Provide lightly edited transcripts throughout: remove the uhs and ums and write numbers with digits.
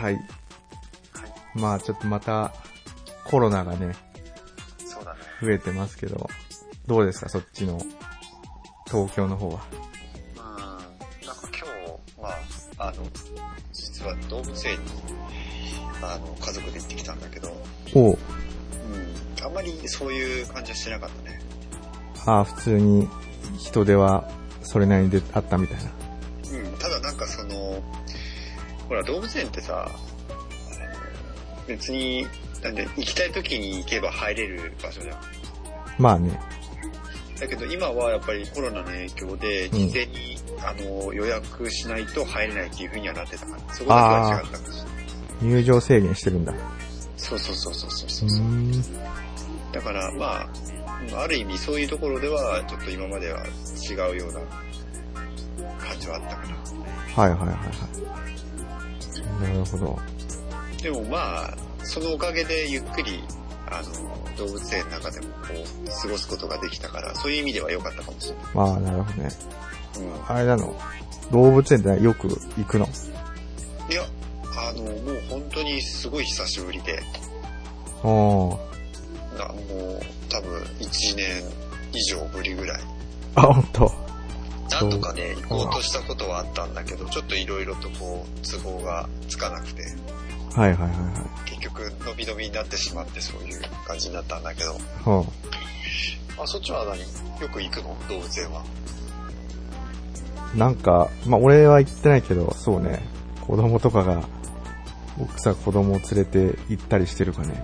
はい。まあちょっとまたコロナがね、 そうだね。 増えてますけど、どうですかそっちの東京の方は。 なんか今日、実は動物園に、家族で行ってきたんだけど、 おう。 あんまりそういう感じはしてなかったね。 ああ、普通に人手はそれなりにあったみたいな。 ただなんかほら動物園ってさ、別に、なんで行きたい時に行けば入れる場所じゃん。 まあね。 だけど今はやっぱりコロナの影響で、事前に、予約しないと入れないっていう風にはなってたから、そこだけは違ったんです。 入場制限してるんだ。 そう。だからある意味そういうところではちょっと今までは違うような感じはあったかな。 はい。なるほど。 でもそのおかげでゆっくり動物園の中でも過ごすことができたから、そういう意味では良かったかもしれない。 まあなるほどね。あれなの？動物園ってよく行くの？ いや、もう本当にすごい久しぶりで。 もう多分1年以上ぶりぐらい。 あ、ほんと。 なんとかね、行こうとしたことはあったんだけど、ちょっといろいろと都合がつかなくて。 はい。 結局、伸び伸びになってしまって、そういう感じになったんだけど。そっちはよく行くの？動物園は。 なんか、俺は行ってないけど、そうね、子供とかが、奥さん子供を連れて行ったりしてるかね。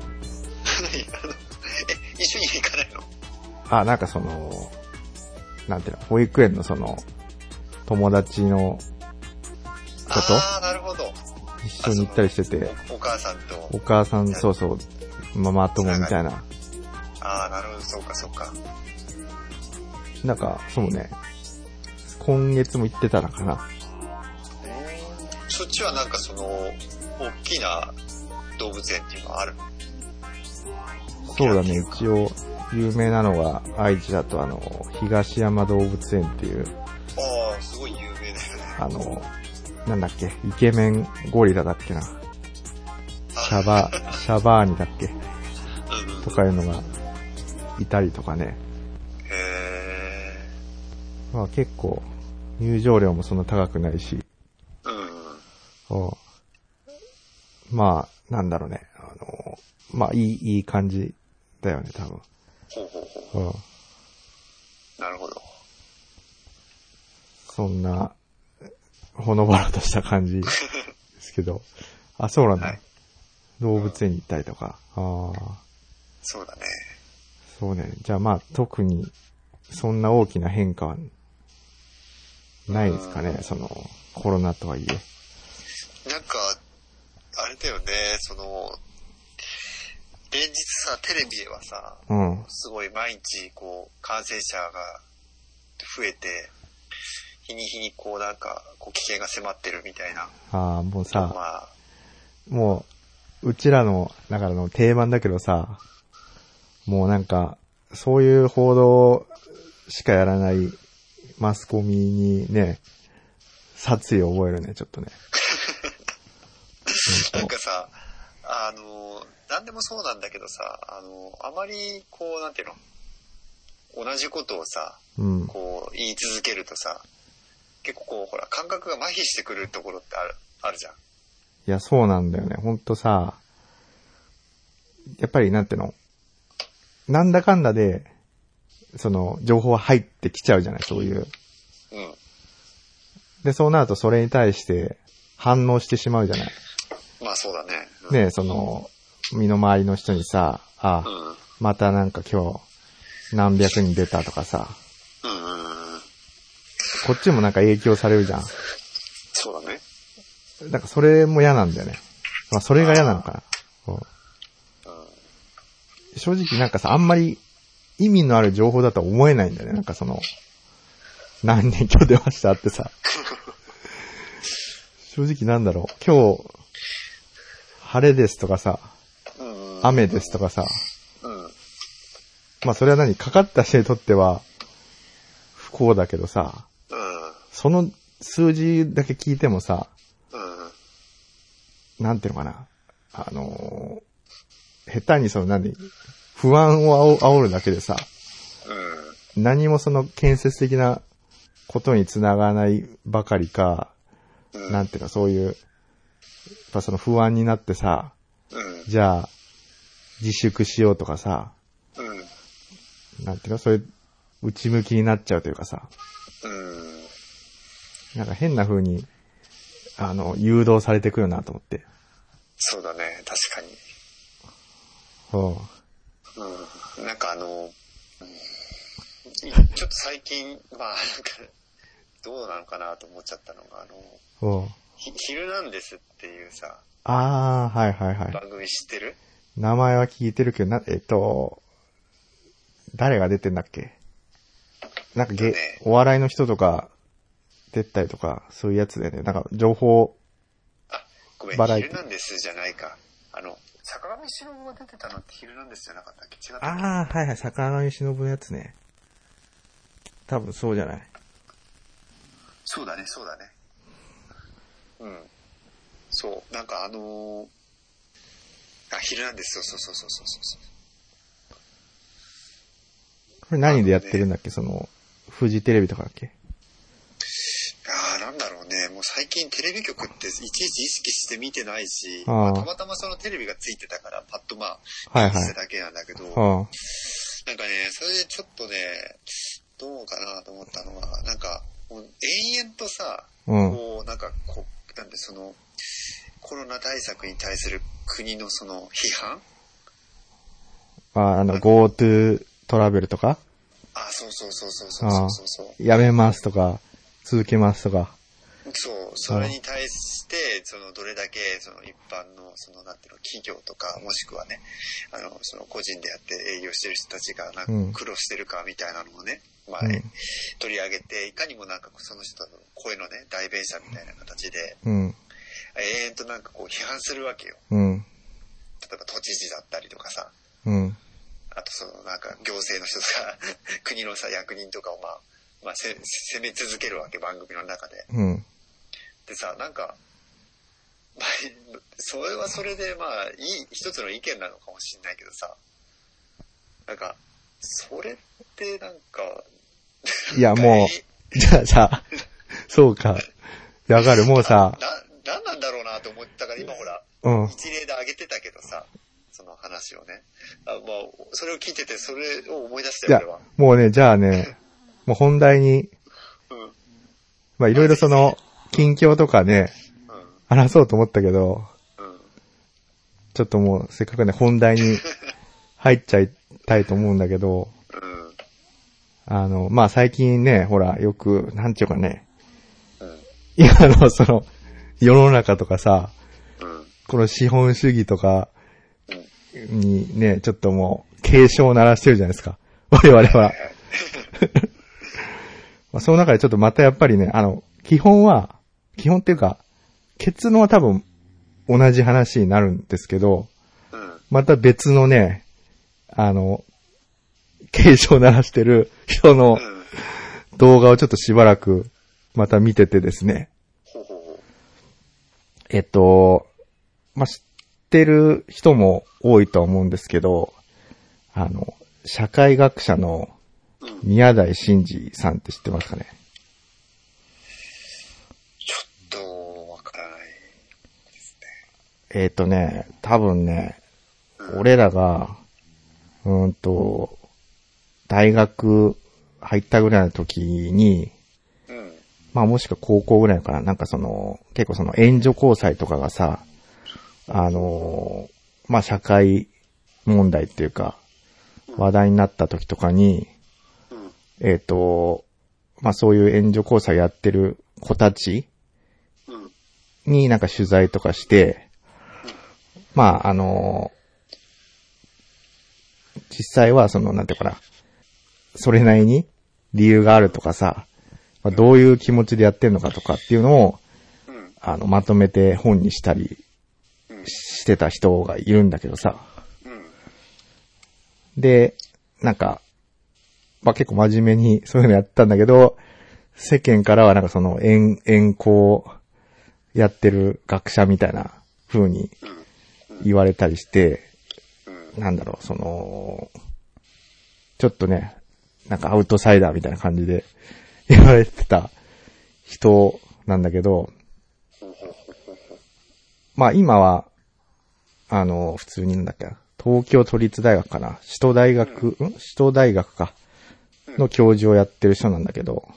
一緒に行かないの？ なんかなんていうの、保育園の友達の子と、 なるほど。 一緒に行ったりしてて、 お母さんと。 お母さん、そう、ママ友みたいな。 なるほど、そうか。 なんか、そうね、今月も行ってたのかな。 そっちはなんか大きな動物園っていうのはある？ そうだね、一応、有名なのが、愛知だと東山動物園っていう。 すごい有名だよね。 なんだっけ、イケメンゴリラだっけな。シャバーニだっけとかいうのがいたりとかね。結構、入場料もそんな高くないし。なんだろうね。いい感じだよね、多分。 なるほど。 そんな、ほのぼのとした感じですけど。そうなんだ。はい、動物園に行ったりとか。 そうだね。 そうね。じゃあ特に、そんな大きな変化は、ないですかね、コロナとはいえ。 なんか、あれだよね、連日さ、テレビではさ、すごい毎日感染者が増えて、日に日に危険が迫ってるみたいな。 もうさ、もう、うちらの中の定番だけどさ、もうなんか、そういう報道しかやらないマスコミにね、殺意を覚えるね、ちょっとね。 なんかさ、なんでもそうなんだけどさ、あまりなんていうの、同じことをさ、言い続けるとさ、結構ほら、感覚が麻痺してくるところってあるじゃん。 いや、そうなんだよね。ほんとさ、やっぱりなんていうの、なんだかんだで、情報は入ってきちゃうじゃない、そういう。で、そうなるとそれに対して反応してしまうじゃない。 そうだね。 ね、身の回りの人にさ、またなんか今日何百人出たとかさ、こっちもなんか影響されるじゃん。 そうだね。 なんかそれも嫌なんだよね。それが嫌なのかな。正直なんかさ、あんまり意味のある情報だとは思えないんだよね。なんか何年今日出ましたってさ。正直なんだろう。今日、晴れですとかさ、雨ですとかさ。それはかかった人にとっては不幸だけどさ、その数字だけ聞いてもさ、 なんていうのかな。下手に不安を煽るだけでさ、何もその建設的なことにつながらないばかりか、なんていうかそういう、やっぱその不安になってさ、じゃあ自粛しようとかさ、なんていうの、そういう内向きになっちゃうというかさ、なんか変な風に誘導されてくるなと思って。 そうだね、確かに。なんかちょっと最近、まあなんかどうなのかなと思っちゃったのがヒルナンデスっていうさ、 はいはいはい。 番組知ってる？ 名前は聞いてるけど、誰が出てんだっけ？なんかお笑いの人とか出たりとか、そういうやつでね、なんか情報、 ごめん、ヒルナンデスじゃないか。坂上忍が出てたのってヒルナンデスじゃなかったっけ？違ったっけ？ はいはい、坂上忍のやつね。多分そうじゃない。 そうだね。そう、なんかヒルナンデス、そう。 これ何でやってるんだっけ？フジテレビとかだっけ？ なんだろうね。もう最近テレビ局っていちいち意識して見てないし、たまたまそのテレビがついてたからパッと見てただけなんだけど、なんかね、それでちょっとね、どうかなと思ったのは、なんかもう延々とさ、なんかなんでコロナ対策に対する国のその批判 ？GoTo トラベルとか？ そう。 やめますとか、続けますとか。 そう、それに対して、どれだけ、一般の、なんていうの、企業とか、もしくはね、個人でやって営業してる人たちが、なんか苦労してるかみたいなのをね、取り上げて、いかにもなんかその人の声のね、代弁者みたいな形で、延々となんか批判するわけよ。例えば都知事だったりとかさ、あとなんか行政の人とか、国のさ、役人とかを責め続けるわけ、番組の中で。でさ、なんか、それはそれで一つの意見なのかもしれないけどさ、なんか、それってなんか、 いやもう、じゃあさ、そうか。わかる、もうさ、 なんなんだろうなと思ったから今ほら、一例で挙げてたけどさ、その話をね。それを聞いてて、それを思い出したよ、俺は。 もうね、じゃあね、もう本題に、いろいろ近況とかね、話そうと思ったけど、ちょっともうせっかくね、本題に入っちゃいたいと思うんだけど、最近ね、ほら、よく、なんていうかね、今の世の中とかさ、この資本主義とかにね、ちょっともう、警鐘を鳴らしてるじゃないですか。我々は。その中でちょっとまたやっぱりね、基本っていうか、結論は多分同じ話になるんですけど、また別のね、警鐘を鳴らしてる人の動画をちょっとしばらくまた見ててですね。知ってる人も多いと思うんですけど、社会学者の宮台真司さんって知ってますかね？ ちょっとわからないですね。多分ね、俺らが、大学入ったぐらいの時に、もしくは高校ぐらいかな、なんか結構援助交際とかがさ、社会問題っていうか、話題になった時とかに、そういう援助交際やってる子たちになんか取材とかして、実際はなんていうかな、それなりに理由があるとかさ、どういう気持ちでやってんのかとかっていうのを、まとめて本にしたりしてた人がいるんだけどさ。で、なんか、結構真面目にそういうのやったんだけど、世間からはなんか援交やってる学者みたいな風に言われたりして、なんだろう、ちょっとね、なんかアウトサイダーみたいな感じで言われてた人なんだけど、まあ今は、普通になんだっけ、東京都立大学かな、首都大学か、の教授をやってる人なんだけど、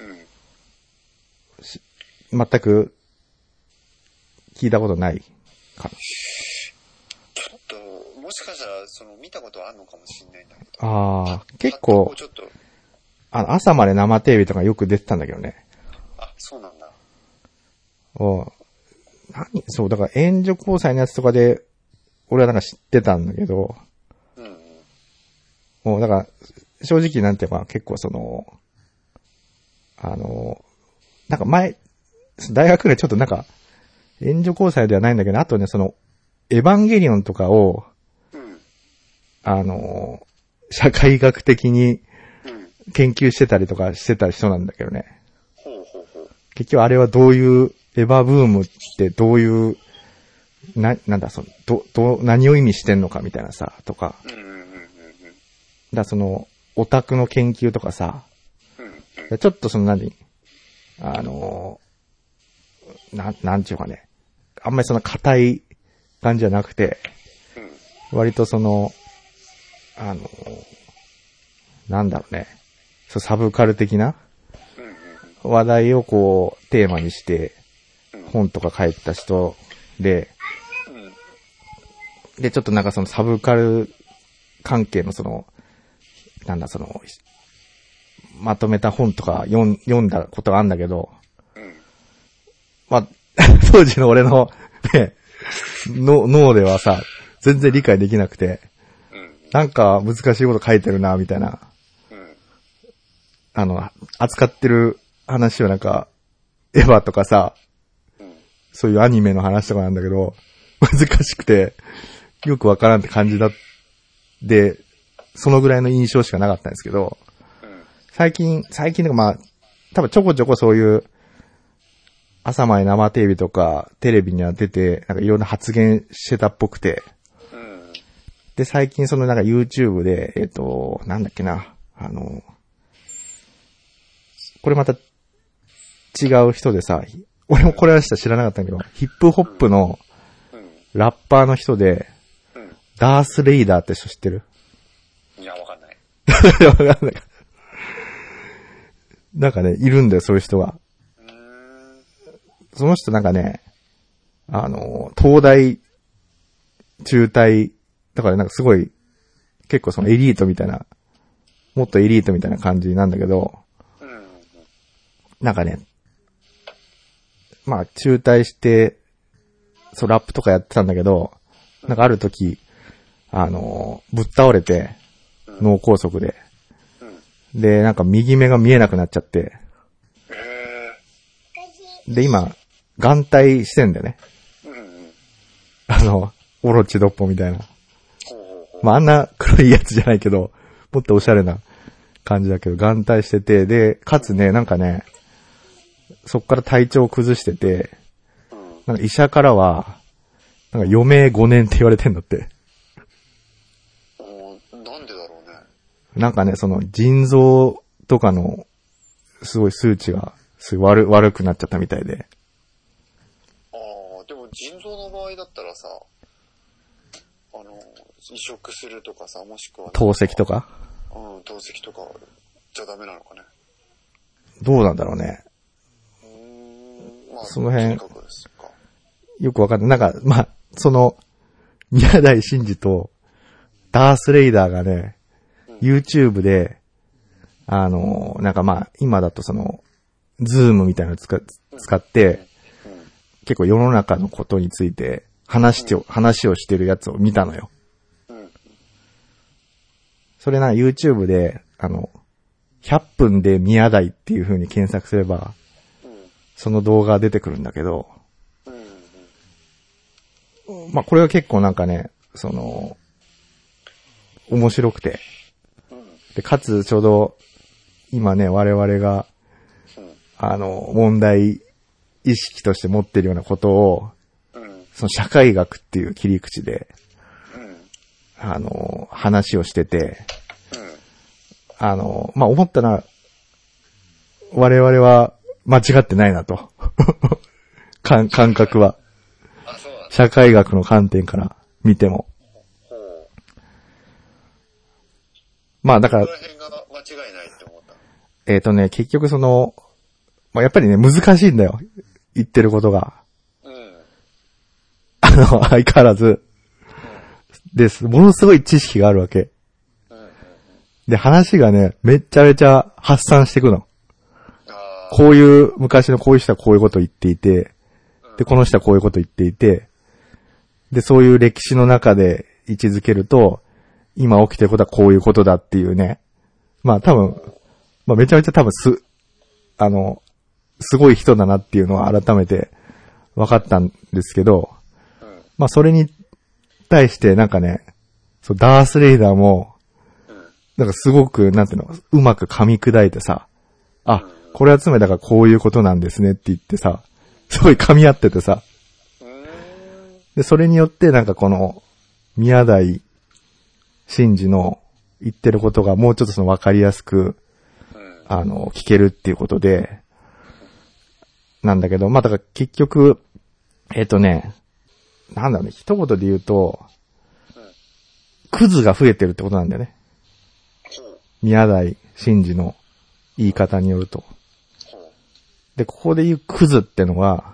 全く聞いたことないかな。 ちょっと、もしかしたら、見たことあるのかもしれないんだけど。 ああ、結構、朝まで生テレビとかよく出てたんだけどね。 あ、そうなんだ。 そう、だから援助交際のやつとかで、俺はなんか知ってたんだけど、もうだから、正直なんていうか、結構なんか大学でちょっとなんか、援助交際ではないんだけど、あとね、エヴァンゲリオンとかを、社会学的に研究してたりとかしてた人なんだけどね。結局あれはどういう、エヴァブームってどういう、なんだ、何を意味してんのかみたいなさ、とか。オタクの研究とかさ、ちょっとなんていうかね、あんまり硬い感じじゃなくて、割となんだろうね、サブカル的な話題をこう、テーマにして、本とか書いた人で、ちょっとなんかサブカル関係のなんだまとめた本とか読んだことがあるんだけど、まあ、当時の俺の、ね、脳ではさ、全然理解できなくて、なんか難しいこと書いてるな、みたいな。扱ってる話はなんか、エヴァとかさ、そういうアニメの話とかなんだけど、難しくて、よくわからんって感じで、そのぐらいの印象しかなかったんですけど、最近なんかまあ、多分ちょこちょこそういう、朝まで生テレビとか、テレビには出て、なんかいろんな発言してたっぽくて、で、最近なんか YouTube で、なんだっけな、これまた違う人でさ、俺もこれは知らなかったんだけど、ヒップホップのラッパーの人で、ダース・レイダーって人知ってる？ いや、わかんない。 わかんない。なんかね、いるんだよ、そういう人が。その人なんかね、東大、中大、だからなんかすごい、結構エリートみたいな、もっとエリートみたいな感じなんだけど、なんかね、まあ中退して、ラップとかやってたんだけど、なんかある時、ぶっ倒れて、脳梗塞で、で、なんか右目が見えなくなっちゃって、で、今、眼帯してんだよね。オロチドッポみたいな。まあ、あんな黒いやつじゃないけど、もっとおしゃれな感じだけど、眼帯してて、で、かつね、なんかね、そっから体調を崩してて、なんか医者からは、なんか余命5年って言われてんだって。 なんでだろうね。 なんかね、腎臓とかの、すごい数値が、すごい悪くなっちゃったみたいで。 でも腎臓の場合だったらさ、移植するとかさ、もしくは透析とか？ 透析とかじゃダメなのかね。 どうなんだろうね。 まあ、 その辺、 とにかくですか。 よくわかんない。なんか、まあ、宮台真司と、ダースレイダーがね、YouTube で、なんかまあ、今だとズームみたいなの使って、結構世の中のことについて話をしてるやつを見たのよ。それYouTube で、100分で宮台っていう風に検索すれば、その動画が出てくるんだけど、まあこれは結構なんかね、面白くて、で、かつちょうど、今ね、我々が、問題意識として持ってるようなことを、 その社会学っていう切り口で、話をしてて、思ったのは、我々は間違ってないなと。感覚は。社会学の観点から見ても。だから、結局やっぱりね、難しいんだよ。言ってることが。相変わらず。です。ものすごい知識があるわけ。で、話がね、めちゃめちゃ発散していくの。こういう、昔のこういう人はこういうことを言っていて、で、この人はこういうことを言っていて、で、そういう歴史の中で位置づけると、今起きてることはこういうことだっていうね。多分、めちゃめちゃ多分すごい人だなっていうのは改めて分かったんですけど、それに対してなんかね、ダースレイダーも、なんかすごく、うまく噛み砕いてさ、これはつまりだからこういうことなんですねって言ってさ、すごい噛み合っててさ、で、それによってなんかこの、宮台真司の言ってることがもうちょっと分かりやすく、聞けるっていうことで、なんだけど、だから結局、一言で言うと、クズが増えてるってことなんだよね。宮台真司の言い方によると。で、ここで言うクズってのは、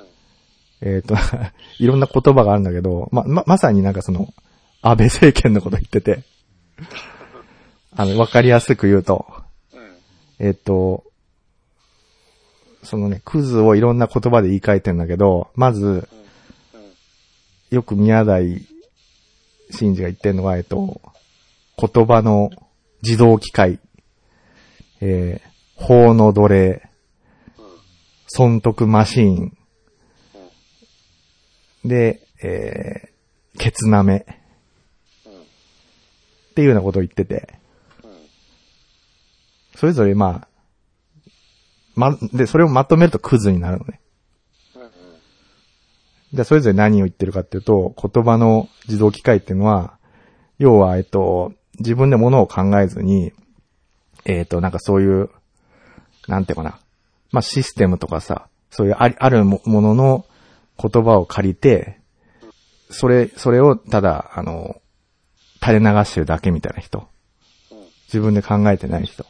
いろんな言葉があるんだけど、まさになんか安倍政権のこと言ってて、わかりやすく言うと、クズをいろんな言葉で言い換えてんだけど、まず、よく宮台真司が言ってるのは、言葉の自動機械、法の奴隷、損得マシーン、で、ケツナメ、っていうようなことを言ってて、それぞれで、それをまとめるとクズになるのね。で、それぞれ何を言ってるかっていうと、言葉の自動機械っていうのは、要は、自分で物を考えずに、なんかそういう、なんていうかな。システムとかさ、そういうあるものの言葉を借りて、それをただ、垂れ流してるだけみたいな人。自分で考えてない人。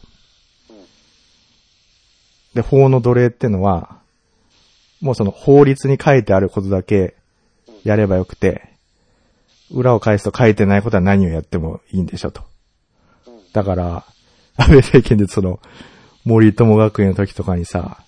で、法の奴隷ってのは、もう法律に書いてあることだけやればよくて、裏を返すと書いてないことは何をやってもいいんでしょと。だから、安倍政権で森友学園の時とかにさ、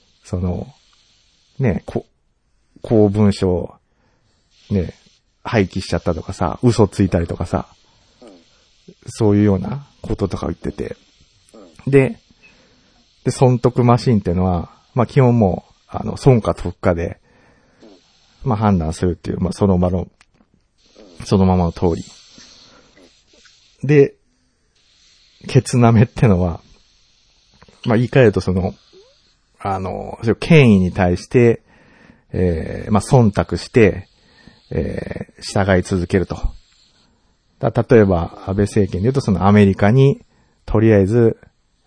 公文書を、廃棄しちゃったとかさ、嘘ついたりとかさ、そういうようなこととかを言ってて。で、損得マシンっていうのは、基本もう、損か得かで、判断するっていう、そのままの通り。で、ケツナメってのは、言い換えると権威に対して、忖度して、従い続けると。例えば、安倍政権で言うとアメリカに、とりあえず、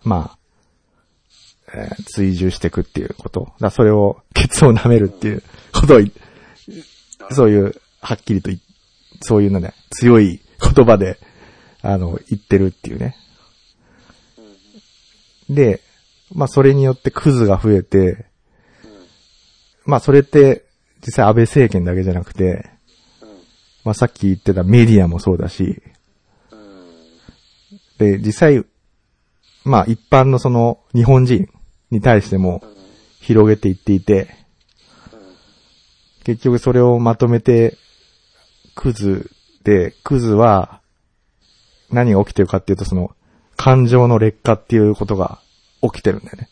追従していくっていうこと。それを、ケツを舐めるっていうことを、そういう、はっきりとそういうのね、強い言葉で、言ってるっていうね。で、それによってクズが増えて、それって、実際安倍政権だけじゃなくて、さっき言ってたメディアもそうだし、で、実際、一般の日本人に対しても広げていっていて、結局それをまとめて、クズは何が起きてるかっていうと感情の劣化っていうことが起きてるんだよね。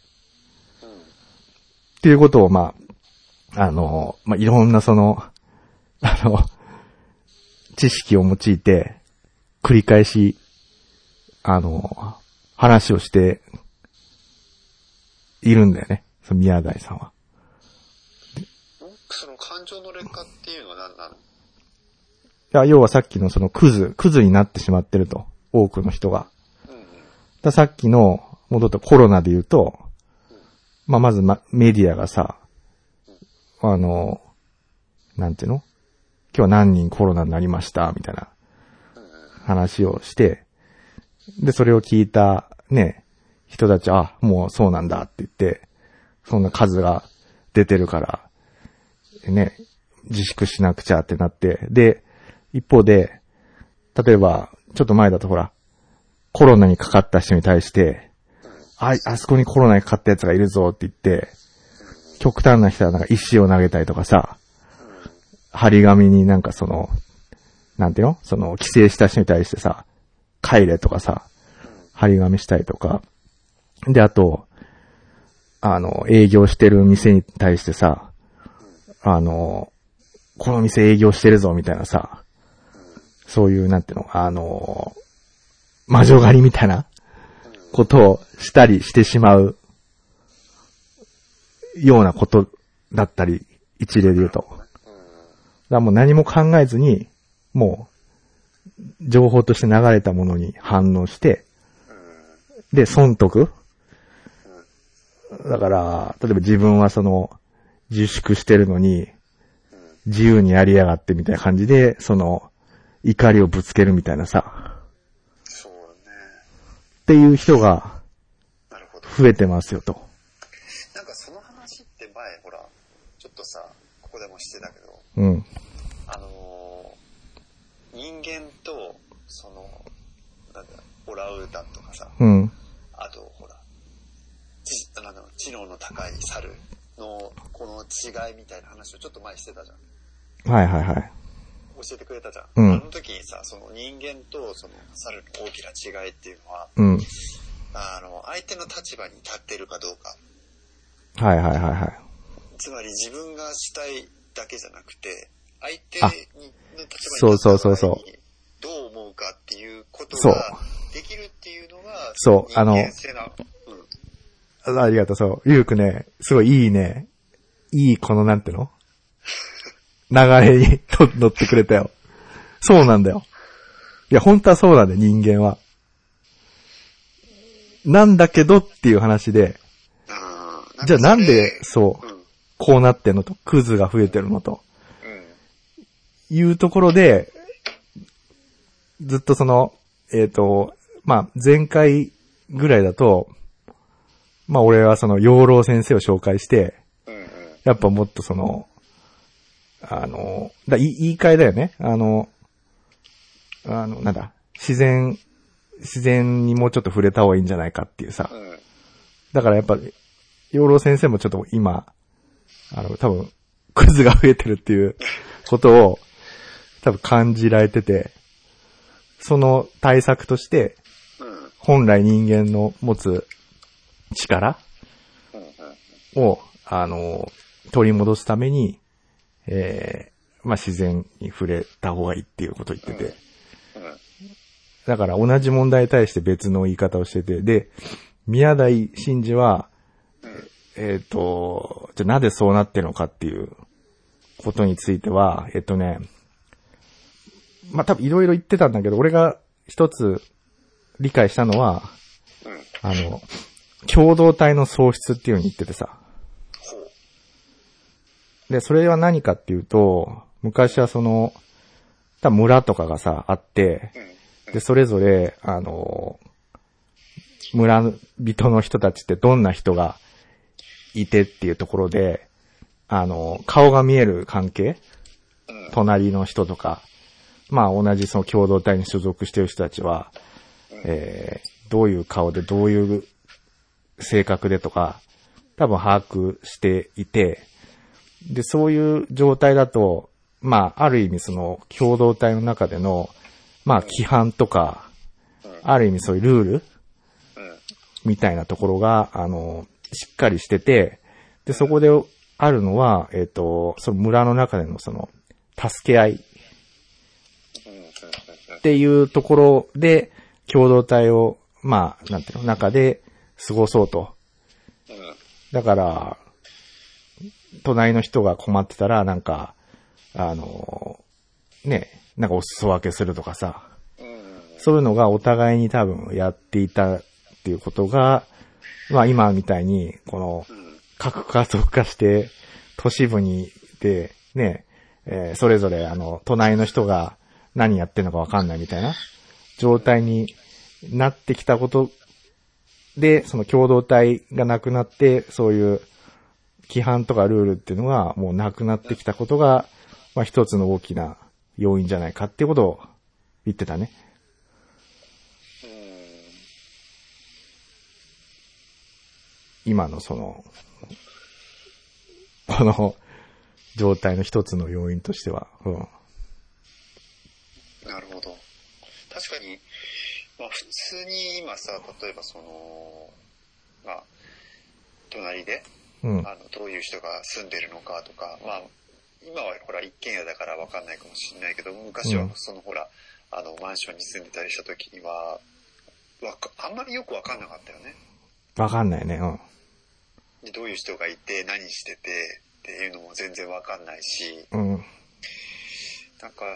っていうことをいろんな知識を用いて繰り返し話をしているんだよね。宮台さんは。 その感情の劣化っていうのは何なの？いや、要はさっきのそのクズになってしまってると。多くの人が。ださっきの、戻ったコロナで言うと、まあ、まずメディアがさ、なんていうの？今日は何人コロナになりました、みたいな話をして、で、それを聞いたね、人たち、あ、もうそうなんだって言って、そんな数が出てるから、ね、自粛しなくちゃってなって、で、一方で、例えば、ちょっと前だとほら、コロナにかかった人に対して、あそこにコロナにかかったやつがいるぞって言って、極端な人はなんか石を投げたりとかさ、張り紙になんかその、なんていうの？その、帰省した人に対してさ、帰れとかさ、張り紙したりとか、で、あと、営業してる店に対してさ、この店営業してるぞみたいなさ、そういう、なんていうの、魔女狩りみたいなことをしたりしてしまうようなことだったり、一例で言うと。だからもう何も考えずに、もう、情報として流れたものに反応して、で、損得？だから、例えば自分はその、自粛してるのに、自由にやりやがってみたいな感じで、その、怒りをぶつけるみたいなさ。 そうね。 っていう人が、増えてますよと。 なんかその話って前、ほら、ちょっとさ、ここでもしてたけど、 うん。 人間と、その、なんだ、オラウータンとかさ、 うん。 あと、ほら、知能の高い猿の、この違いみたいな話をちょっと前してたじゃん。 はいはいはい。 教えてくれたじゃん。 うん。 あの時にさ、その人間とその猿の大きな違いっていうのは、 うん。 相手の立場に立っているかどうか。 はいはいはいはい。 つまり自分がしたいだけじゃなくて、相手の立場にそうそうそうそう。 どう思うかっていうことができるっていうのが、 そう、 人間性な。 うん。ありがとう、そう。ゆうくね、すごいいいね。いいこのなんての流れに乗ってくれたよ。そうなんだよ。いや、本当はそうなんだよ、人間は。なんだけどっていう話で、じゃあなんで、そう、こうなってんのと、クズが増えてるのと、いうところで、ずっとその、まあ、前回ぐらいだと、まあ俺はその養老先生を紹介して、やっぱもっとその、言い換えだよね。なんだ、自然にもうちょっと触れた方がいいんじゃないかっていうさ。だからやっぱ、養老先生もちょっと今、多分、クズが増えてるっていうことを、多分感じられてて、その対策として、本来人間の持つ力を、取り戻すために、まあ、自然に触れた方がいいっていうことを言ってて。だから同じ問題に対して別の言い方をしてて、で、宮台真司は、じゃあなぜそうなってるのかっていうことについては、まあ、多分いろいろ言ってたんだけど、俺が一つ理解したのは、共同体の喪失っていう風に言っててさ。で、それは何かっていうと、昔はその、多分村とかがさ、あって、で、それぞれ、村人の人たちってどんな人がいてっていうところで、顔が見える関係？隣の人とか、まあ同じその共同体に所属している人たちは、どういう顔でどういう性格でとか、多分把握していて、で、そういう状態だと、まあ、ある意味その共同体の中での、まあ、規範とか、ある意味そういうルールみたいなところが、しっかりしてて、で、そこであるのは、その村の中でのその、助け合いっていうところで、共同体を、まあ、なんていうの、中で過ごそうと。だから、 隣の人が困ってたら、なんか、ね、なんかお裾分けするとかさ、そういうのがお互いに多分やっていたっていうことが、まあ今みたいに、この、核家族化して、都市部にいて、ね、それぞれ隣の人が何やってんのかわかんないみたいな状態になってきたことで、その共同体がなくなって、そういう規範とかルールっていうのがもうなくなってきたことが、まあ一つの大きな要因じゃないかっていうことを言ってたね。今のこの状態の一つの要因としては。 なるほど。確かに、まあ普通に今さ、例えばまあ、隣で、どういう人が住んでるのかとか、まあ、今はほら一軒家だから分かんないかもしれないけど、昔はほら、マンションに住んでたりした時には、あんまりよく分かんなかったよね。 分かんないね、 でどういう人がいて、何してて、っていうのも全然分かんないし、なんか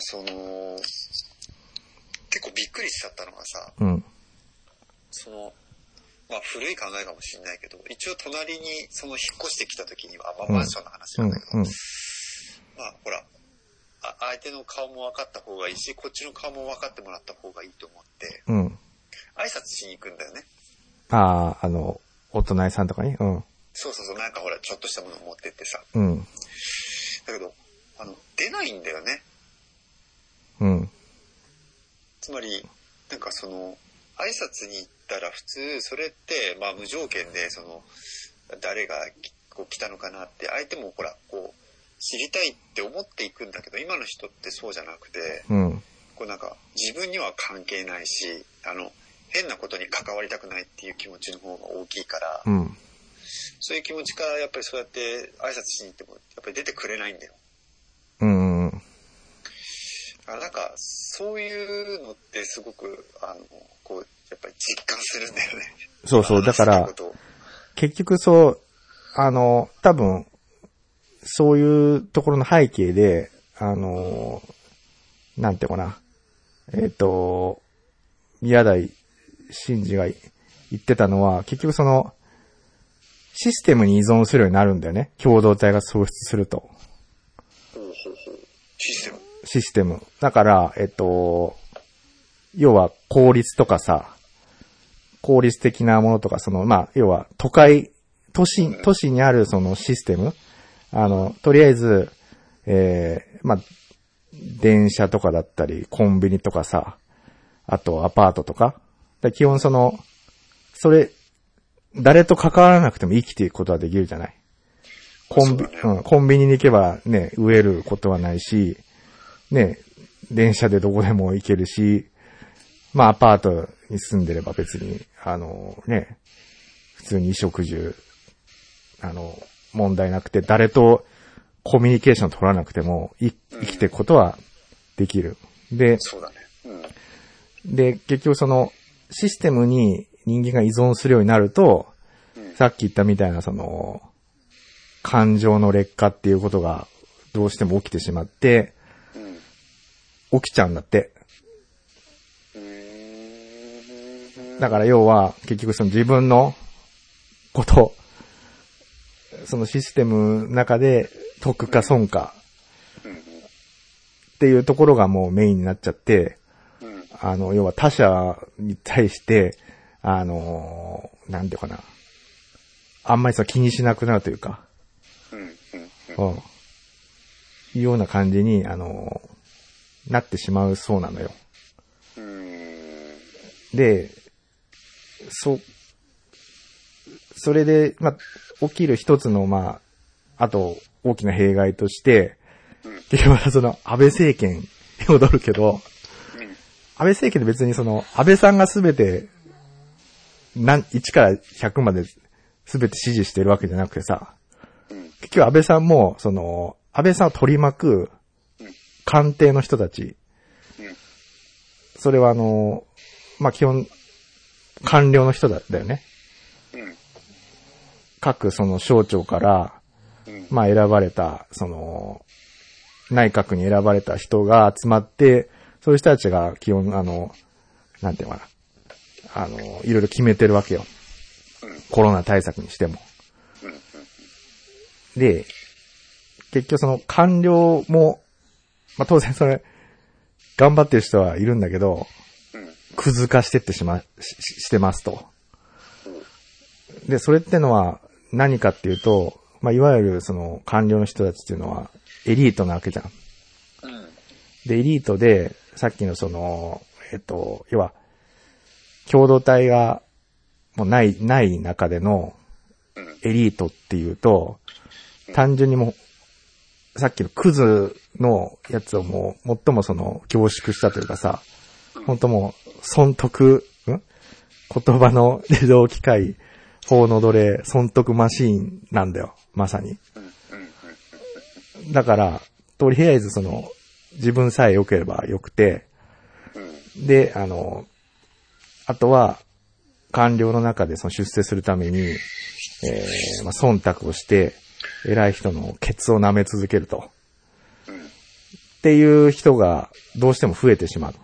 結構びっくりしちゃったのがさ、まあ古い考えかもしれないけど、一応隣に引っ越してきた時には、まあマンションの話なんだけど、まあほら、相手の顔も分かった方がいいし、こっちの顔も分かってもらった方がいいと思って、挨拶しに行くんだよね。 ああ、お隣さんとかに、 そうそうそう、なんかほら、ちょっとしたものを持ってってさ。だけど、出ないんだよね。つまり、なんか挨拶に行ったら普通、それって、まあ無条件で、誰が来たのかなって、相手もほら、知りたいって思っていくんだけど、今の人ってそうじゃなくて、なんか、自分には関係ないし、変なことに関わりたくないっていう気持ちの方が大きいから、そういう気持ちからやっぱりそうやって挨拶しに行ってもやっぱり出てくれないんだよ。なんかそういうのってすごくやっぱり実感するんだよね。 そうそう、だから結局多分そういうところの背景でなんていうかな、宮台真司が言ってたのは結局システムに依存するようになるんだよね。共同体が喪失すると。システム。だから、要は効率とかさ、効率的なものとか、まあ、要は都市にあるシステム。とりあえず、まあ、電車とかだったり、コンビニとかさ、あとアパートとか。基本誰と関わらなくても生きていくことはできるじゃない。コンビニに行けばね、飢えることはないし、ね、電車でどこでも行けるし、まあアパートに住んでれば別に、ね、普通に衣食住、問題なくて、誰とコミュニケーション取らなくても生きていくことはできる。で、 そうだね。 で、結局システムに人間が依存するようになると、さっき言ったみたいな感情の劣化っていうことがどうしても起きてしまって、起きちゃうんだって。だから要は結局自分のこと、システムの中で得か損かっていうところがもうメインになっちゃって、要は他者に対して、なんていうかな。あんまり気にしなくなるというか。いうような感じに、なってしまうそうなのよ。で、それで、まあ、起きる一つの、まあ、あと、大きな弊害として、結局安倍政権に戻るけど、安倍政権で別に安倍さんがすべて、1から100まで全て支持してるわけじゃなくてさ、結局安倍さんも、安倍さんを取り巻く官邸の人たち、それはまあ、基本、官僚の人だよね。各省庁から、 まあ選ばれた、内閣に選ばれた人が集まって、そういう人たちが基本、なんていうのかな、いろいろ決めてるわけよ。コロナ対策にしても。で、結局その官僚も、まあ当然それ、頑張ってる人はいるんだけど、クズ化してってしてますと。で、それってのは何かっていうと、まあいわゆるその官僚の人たちっていうのはエリートなわけじゃん。で、エリートで、さっきの要は、共同体がもうない中でのエリートっていうと、単純にもう、さっきのクズのやつをもう、最も凝縮したというかさ、本当もう、損得、言葉の自動機械、法の奴隷、損得マシーンなんだよ、まさに。だから、とりあえず自分さえ良ければ良くて、で、あとは、官僚の中で出世するために、まあ、忖度をして、偉い人のケツを舐め続けると。っていう人がどうしても増えてしまう。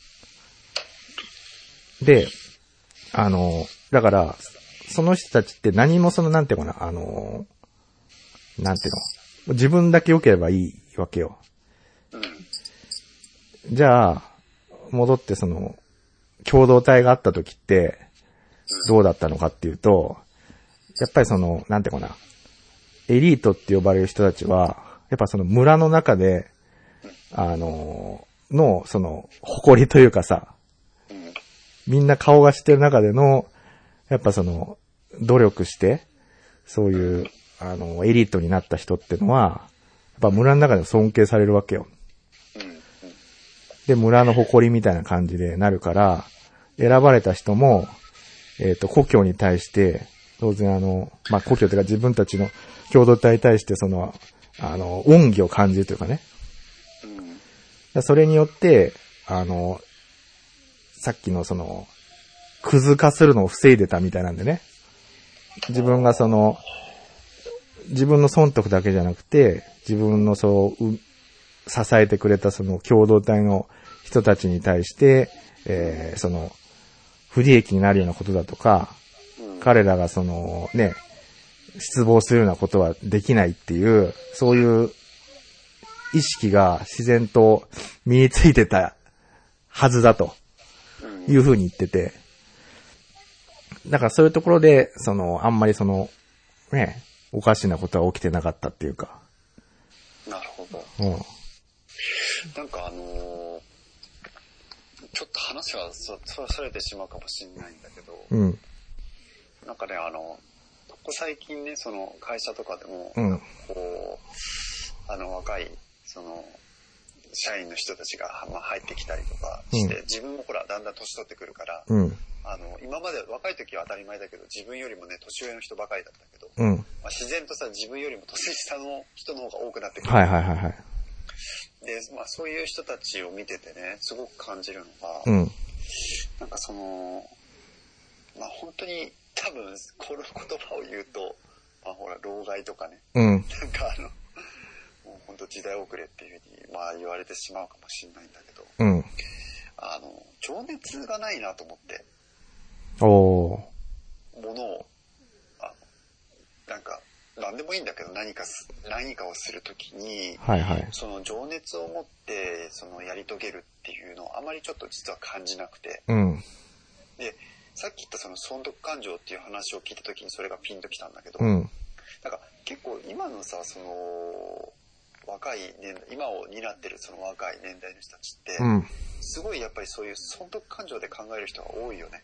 で、だから、その人たちって何もなんていうかな、なんていうの、自分だけ良ければいいわけよ。じゃあ、戻って共同体があった時って、どうだったのかっていうと、やっぱりなんていうかな、エリートって呼ばれる人たちは、やっぱ村の中で、誇りというかさ、みんな顔が知ってる中での、やっぱ努力して、そういう、エリートになった人ってのは、やっぱ村の中で尊敬されるわけよ。で、村の誇りみたいな感じでなるから、選ばれた人も、故郷に対して、当然まあ、故郷というか自分たちの共同体に対して恩義を感じるというかね。それによって、さっきのクズ化するのを防いでたみたいなんでね。自分が自分の損得だけじゃなくて、自分の支えてくれた共同体の人たちに対して、不利益になるようなことだとか、彼らがね、失望するようなことはできないっていう、そういう意識が自然と身についてたはずだというふうに言ってて、だからそういうところで、あんまりね、おかしなことは起きてなかったっていうか。 なるほど。なんかちょっと話はそれてしまうかもしれないんだけど、なんかね、ここ最近ね、会社とかでも、若い、社員の人たちが、まあ、入ってきたりとかして、自分もほら、だんだん年取ってくるから、今まで若い時は当たり前だけど、自分よりもね、年上の人ばかりだったけど、まあ、自然とさ、自分よりも年下の人の方が多くなってくる。で、まあ、そういう人たちを見ててね、すごく感じるのが、なんかまあ、本当に、多分、この言葉を言うと、まあ、ほら、老害とかね、なんかもう本当時代遅れっていうふうに、まあ、言われてしまうかもしれないんだけど、情熱がないなと思って、ものを、なんか、なんでもいいんだけど、何かをするときに、その情熱を持って、やり遂げるっていうのをあまりちょっと実は感じなくて、で、さっき言った損得感情っていう話を聞いたときにそれがピンときたんだけど、なんか結構今のさ、若い年代、今を担ってる若い年代の人たちって、すごいやっぱりそういう損得感情で考える人が多いよね。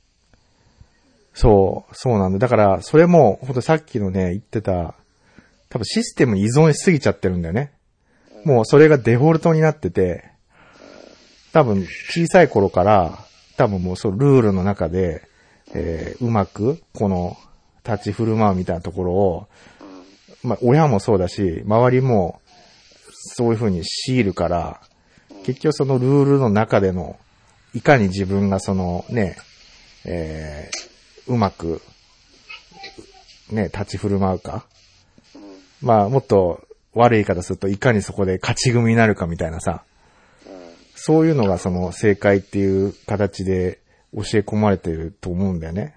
そうなんだ。だから、それも、ほんとさっきのね、言ってた、多分システムに依存しすぎちゃってるんだよね。もうそれがデフォルトになってて、多分小さい頃から、多分もうルールの中で、うまく、この、立ち振る舞うみたいなところを、まあ、親もそうだし、周りも、そういう風に強いるから、結局ルールの中での、いかに自分がね、うまく、ね、立ち振る舞うか。 まあもっと悪い言い方するといかにそこで勝ち組になるかみたいなさ、そういうのがその正解っていう形で教え込まれてると思うんだよね。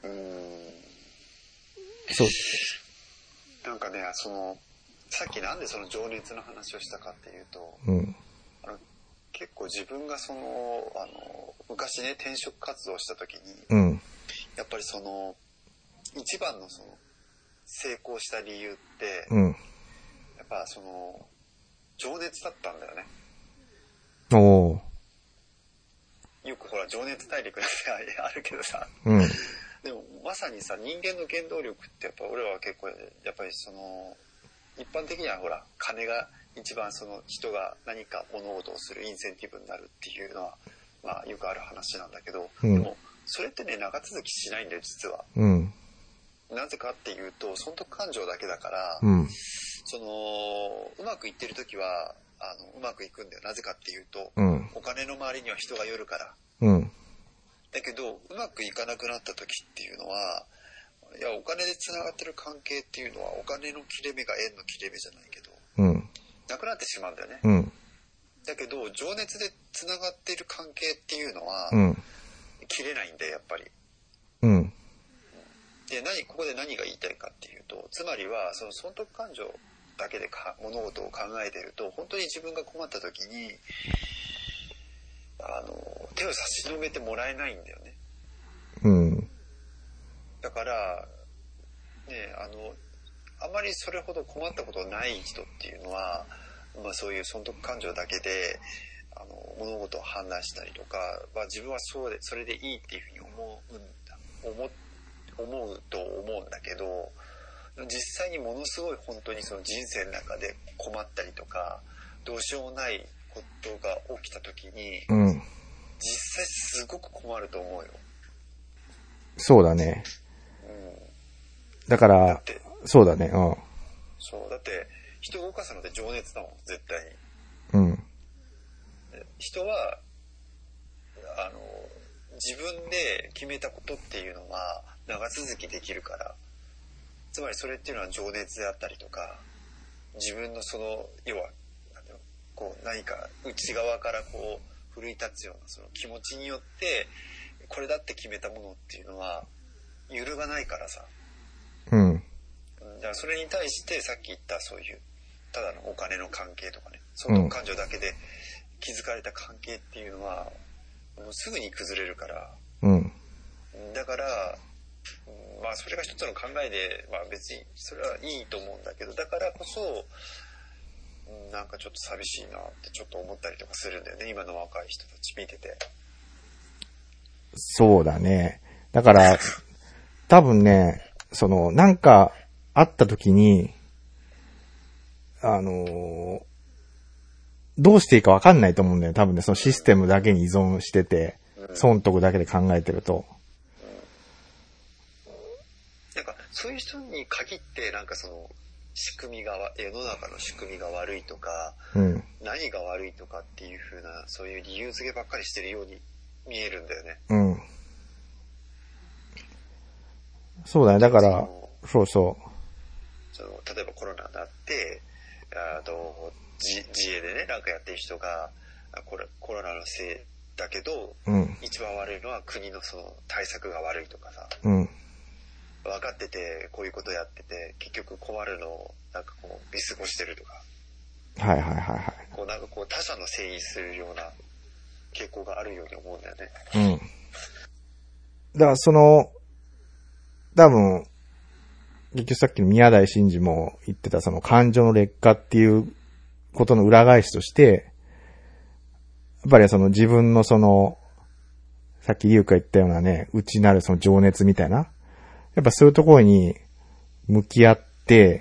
そう。 なんかね、さっきなんでその情熱の話をしたかっていうと、結構自分が昔ね、転職活動した時に、やっぱり一番の成功した理由って、やっぱ情熱だったんだよね。よくほら情熱大陸なんてあるけどさ、でもまさにさ、人間の原動力ってやっぱ俺は結構やっぱり一般的にはほら金が一番人が何か物事をするインセンティブになるっていうのはまあよくある話なんだけど、でもそれってね長続きしないんだよ実は。なぜかっていうと損得感情だけだから、うまくいってる時はうまくいくんだよ。なぜかっていうと、お金の周りには人が寄るから。だけどうまくいかなくなった時っていうのは、いやお金でつながってる関係っていうのはお金の切れ目が縁の切れ目じゃないけど、なくなってしまうんだよね。だけど情熱でつながっている関係っていうのは、切れないんでやっぱり。でここで何が言いたいかっていうと、つまりは損得感情だけで物事を考えていると本当に自分が困った時に手を差し伸べてもらえないんだよね。だからね、あまりそれほど困ったことない人っていうのは、まあ、そういう損得感情だけで物事を判断したりとか、まあ、自分はそれでいいっていうふうに思うと思うんだけど、実際にものすごい本当に人生の中で困ったりとかどうしようもないことが起きた時に、実際すごく困ると思うよ。 そうだね。だからそうだね。 そうだって人を動かすのって情熱だもん絶対に。人は自分で決めたことっていうのは長続きできるから、つまりそれっていうのは情熱であったりとか、自分の要はこう何か内側からこう奮い立つような気持ちによってこれだって決めたものっていうのは揺るがないからさ。だからそれに対してさっき言ったそういうただのお金の関係とかね、損得感情だけで築かれた関係っていうのはもうすぐに崩れるから、だからまあそれが一つの考えで、まあ別にそれはいいと思うんだけど、だからこそなんかちょっと寂しいなってちょっと思ったりとかするんだよね、今の若い人たち見てて。 そうだね。だから多分ね、なんかあった時にどうしていいか分かんないと思うんだよ。多分ね、システムだけに依存してて、損得だけで考えてると。 なんかそういう人に限ってなんか仕組みが世の中の仕組みが悪いとか、何が悪いとかっていう風なそういう理由付けばっかりしてるように見えるんだよね。 そうだね。だからそう。 例えばコロナになって自営でねなんかやってる人がコロナのせいだけど、一番悪いのは国の対策が悪いとかさ、分かっててこういうことやってて結局困るのをなんかこう見過ごしてるとか、こうなんかこう他者のせいにするような傾向があるように思うんだよね。 だから多分結局さっきの宮台真司も言ってた感情の劣化っていうことの裏返しとして、やっぱり自分のさっき優香言ったようなね、内なる情熱みたいな、やっぱそういうところに向き合って、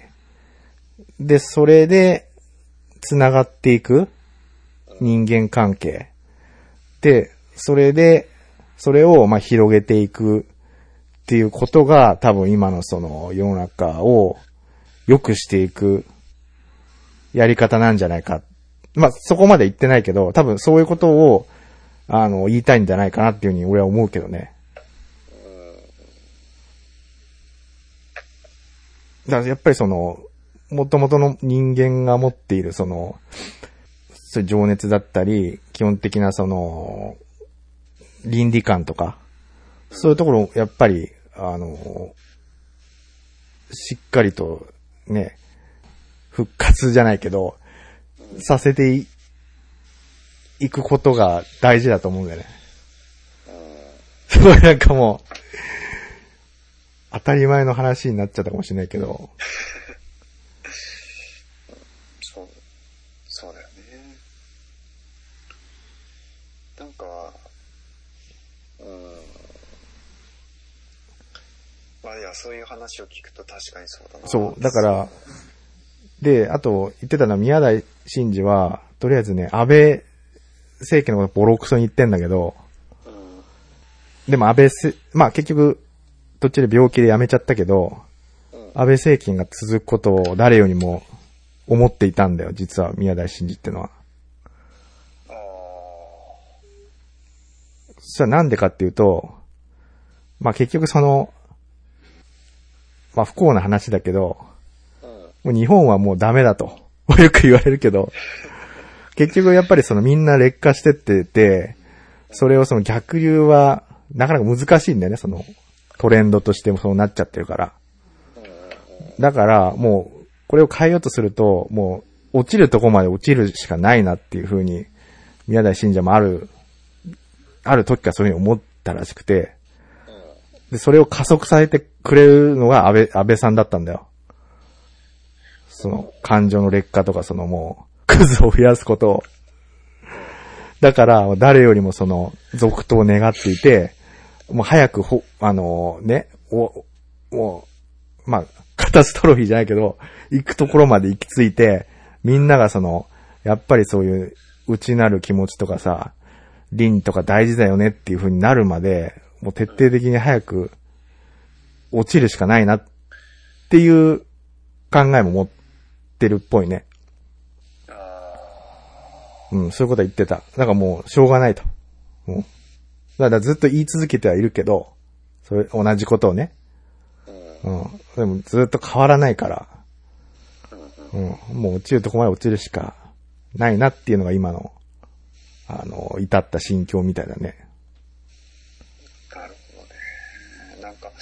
で、それで繋がっていく人間関係。で、それを広げていくっていうことが多分今の世の中を良くしていくやり方なんじゃないか。まあ、そこまで言ってないけど、多分そういうことを言いたいんじゃないかなっていうふうに俺は思うけどね。だからやっぱり元々の人間が持っているそういう情熱だったり、基本的な倫理観とか、そういうところをやっぱり、しっかりとね、復活じゃないけど、させていくことが大事だと思うんだよね。すごいなんかもう、当たり前の話になっちゃったかもしれないけど。 そうだよね。なんか、まあいや、そういう話を聞くと確かにそうだな。 そう、だから、で、あと言ってたのは宮台真司は、とりあえずね、安倍政権のことボロクソに言ってんだけど、でもまあ結局、途中で病気で辞めちゃったけど、安倍政権が続くことを誰よりも思っていたんだよ、実は宮台真司ってのは。それはなんでかっていうと、まあ結局まあ不幸な話だけど、もう日本はもうダメだと、よく言われるけど、結局やっぱりみんな劣化してってて、それを逆流はなかなか難しいんだよね、トレンドとしてもそうなっちゃってるから。だからもうこれを変えようとすると、もう落ちるとこまで落ちるしかないなっていう風に宮台真司もある時からそういう風に思ったらしくて、でそれを加速させてくれるのが安倍さんだったんだよ。感情の劣化とかもうクズを増やすことを。だから誰よりも続投を願っていて、もう早くまあカタストロフィーじゃないけど行くところまで行き着いて、みんながやっぱりそういう内なる気持ちとかさ、倫とか大事だよねっていう風になるまで、もう徹底的に早く落ちるしかないなっていう考えも持ってるっぽいね。そういうことは言ってた。なんかもうしょうがないと。だからずっと言い続けてはいるけど、それ同じことをね。でもずっと変わらないから、もう落ちるとこまで落ちるしかないなっていうのが今の至った心境みたいだね。 なるほどね。なんか、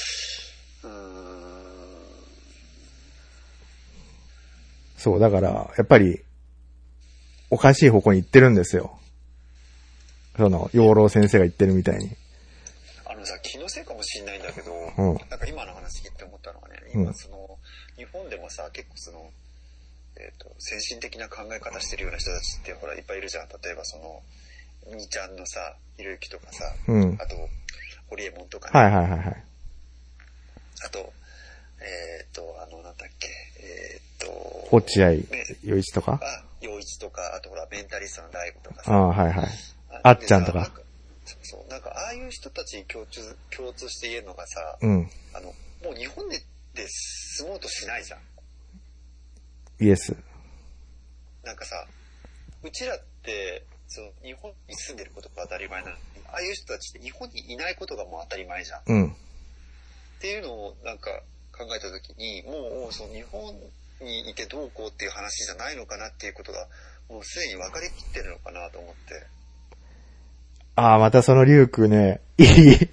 そう、だから、やっぱり、おかしい方向に行ってるんですよ。養老先生が言ってるみたいに。 気のせいかもしれないんだけど、なんか今の話聞いて思ったのはね、今日本でもさ、結構先進的な考え方してるような人たちってほらいっぱいいるじゃん。例えば兄ちゃんのさ、ひろゆきとかさ、あと、ホリエモンとかね。あと、なんだっけ、 落合陽一とか、 陽一とか、あとほら、メンタリストのライブとかさ。あっちゃんとか。 そう、なんかああいう人たちに共通して言えるのがさ、もう日本で住もうとしないじゃん。 イエス。 なんかさ、うちらって、日本に住んでることが当たり前なのに、ああいう人たちって日本にいないことがもう当たり前じゃん。っていうのをなんか考えたときに、もう日本にいてどうこうっていう話じゃないのかなっていうことが、もうすでに分かりきってるのかなと思って。 またリュウクね、い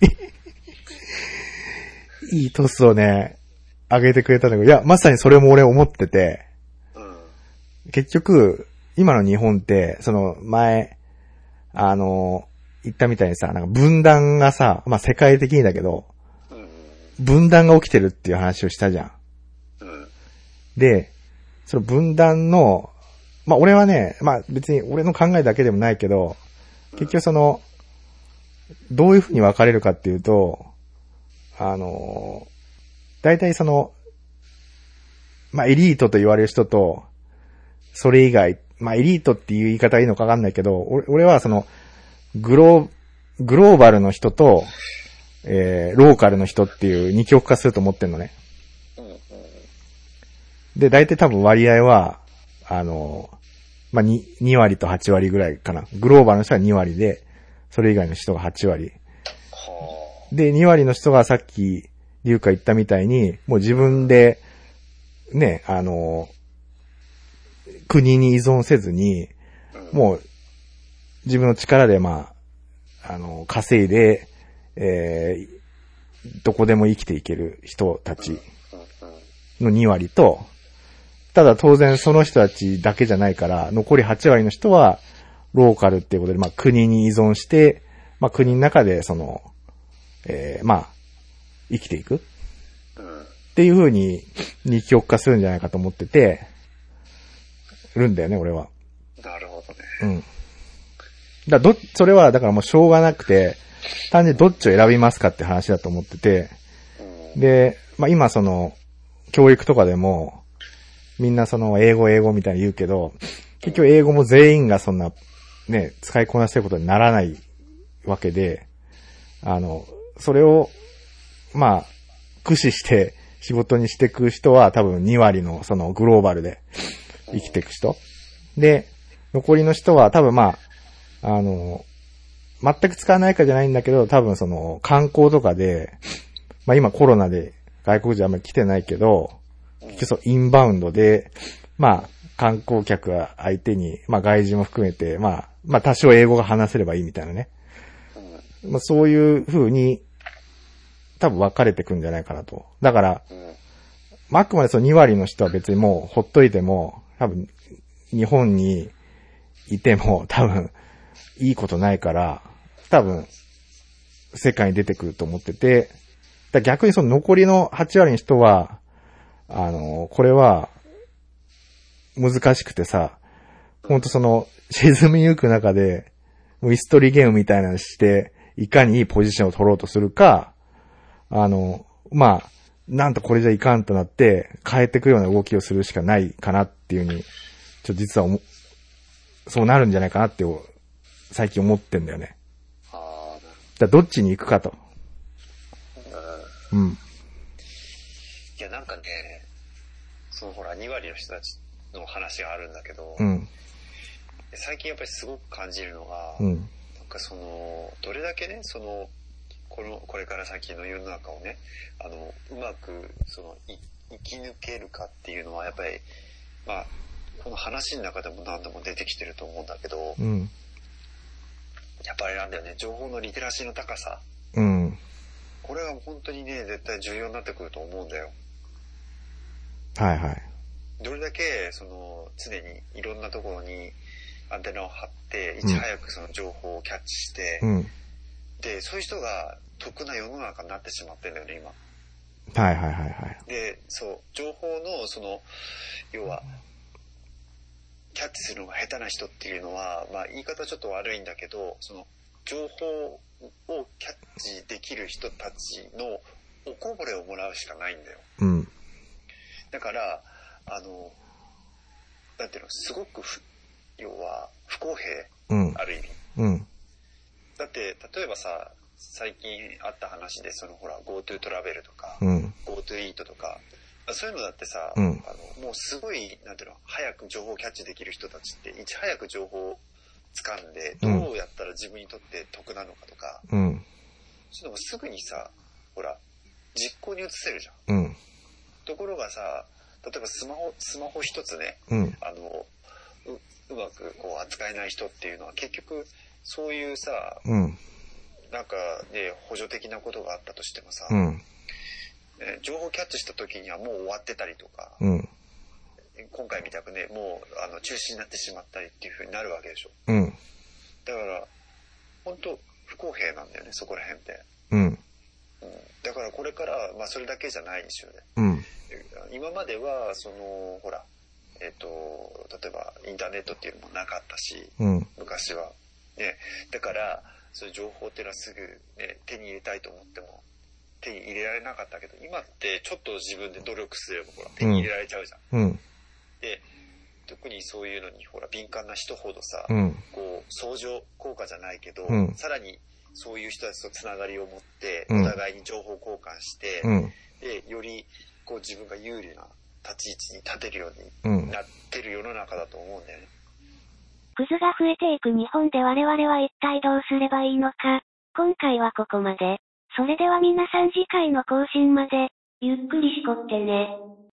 いトスをね、上げてくれたんだけど、いや、まさにそれも俺思ってて、結局、今の日本って、前、言ったみたいにさ、なんか分断がさ、まあ、世界的にだけど、分断が起きてるっていう話をしたじゃん。で、その分断の、まあ、俺はね、まあ、別に俺の考えだけでもないけど、結局どういうふうに分かれるかっていうと、大体まあ、エリートと言われる人と、それ以外、まあ、エリートっていう言い方がいいのか分かんないけど、俺はグローバルの人と、ローカルの人っていう二極化すると思ってんのね。で、大体多分割合は、まあ、2割と8割ぐらいかな。グローバルの人は2割で、それ以外の人が8割。で、2割の人がさっき、リュウカ言ったみたいに、もう自分で、 ね、国に依存せずに、もう、自分の力で稼いで、どこでも生きていける人たちの2割と、ただ当然その人たちだけじゃないから、残り8割の人は、ローカルっていうことで、国に依存して、国の中で生きていくっていう風に二極化するんじゃないかと思ってて、るんだよね、俺は。 なるほどね。 それはだからもうしょうがなくて、単純にどっちを選びますかって話だと思ってて、で、今教育とかでも、みんな英語みたいに言うけど、結局英語も全員がそんな、ね、使いこなせることにならないわけで、それを、駆使して仕事にしていく人は多分2割のグローバルで生きていく人。で、残りの人は多分全く使わないかじゃないんだけど、多分観光とかで、今コロナで外国人あんまり来てないけど、結局インバウンドで、観光客相手に、外人も含めて、多少英語が話せればいいみたいなね。そういう風に、多分分かれてくんじゃないかなと。だから、あくまで2割の人は別にもうほっといても、多分、日本にいても多分、いいことないから、多分、世界に出てくると思ってて、逆に残りの8割の人は、これは、難しくてさ、ほんと沈みゆく中で、もう椅子取りゲームみたいなのして、いかにいいポジションを取ろうとするか、なんとこれじゃいかんとなって、変えていくような動きをするしかないかなっていうふうに、実はそうなるんじゃないかなって、最近思ってんだよね。どっちに行くかと。 いや、なんかね、ほら、2割の人たちの話があるんだけど、最近やっぱりすごく感じるのが、なんかどれだけね、これから先の世の中をね、うまく、生き抜けるかっていうのは、やっぱり、この話の中でも何度も出てきてると思うんだけど、やっぱりなんだよね、情報のリテラシーの高さ。これは本当にね、絶対重要になってくると思うんだよ。 はいはい。 どれだけ、常にいろんなところにアンテナを張って、いち早く情報をキャッチして、で、そういう人が得な世の中になってしまってるんだよね、今。 はいはいはいはい。 で、情報の、要は、キャッチするのが下手な人っていうのは、言い方ちょっと悪いんだけど、情報をキャッチできる人たちのおこぼれをもらうしかないんだよ。だから、なんていうの、すごく要は不公平、ある意味。だって、例えばさ、最近あった話で、ほら、GoTo トラベルとか、GoTo イートとか、そういうのだってさ、もうすごい、なんていうの、早く情報をキャッチできる人たちって、いち早く情報を掴んで、どうやったら自分にとって得なのかとか、そういうのもすぐにさ、ほら、実行に移せるじゃん。ところがさ、例えばスマホ一つね、うまく扱えない人っていうのは結局、そういうさ、なんかね、補助的なことがあったとしてもさ、情報キャッチした時にはもう終わってたりとか、今回みたくね、もう中止になってしまったりっていう風になるわけでしょ。だから本当不公平なんだよね、そこら辺って。だからこれから、それだけじゃないですよね。今まではほら、例えばインターネットっていうのもなかったし、昔はね、だからそういう情報っていうのはすぐね、手に入れたいと思っても手に入れられなかったけど、今ってちょっと自分で努力すればほら手に入れられちゃうじゃん。で、特にそういうのにほら敏感な人ほどさ、相乗効果じゃないけど、さらにそういう人たちとつながりを持って、お互いに情報交換して、で、より自分が有利な立ち位置に立てるようになってる世の中だと思うんだよね。 クズが増えていく日本で我々は一体どうすればいいのか。今回はここまで。それでは皆さん次回の更新まで、ゆっくりしこってね。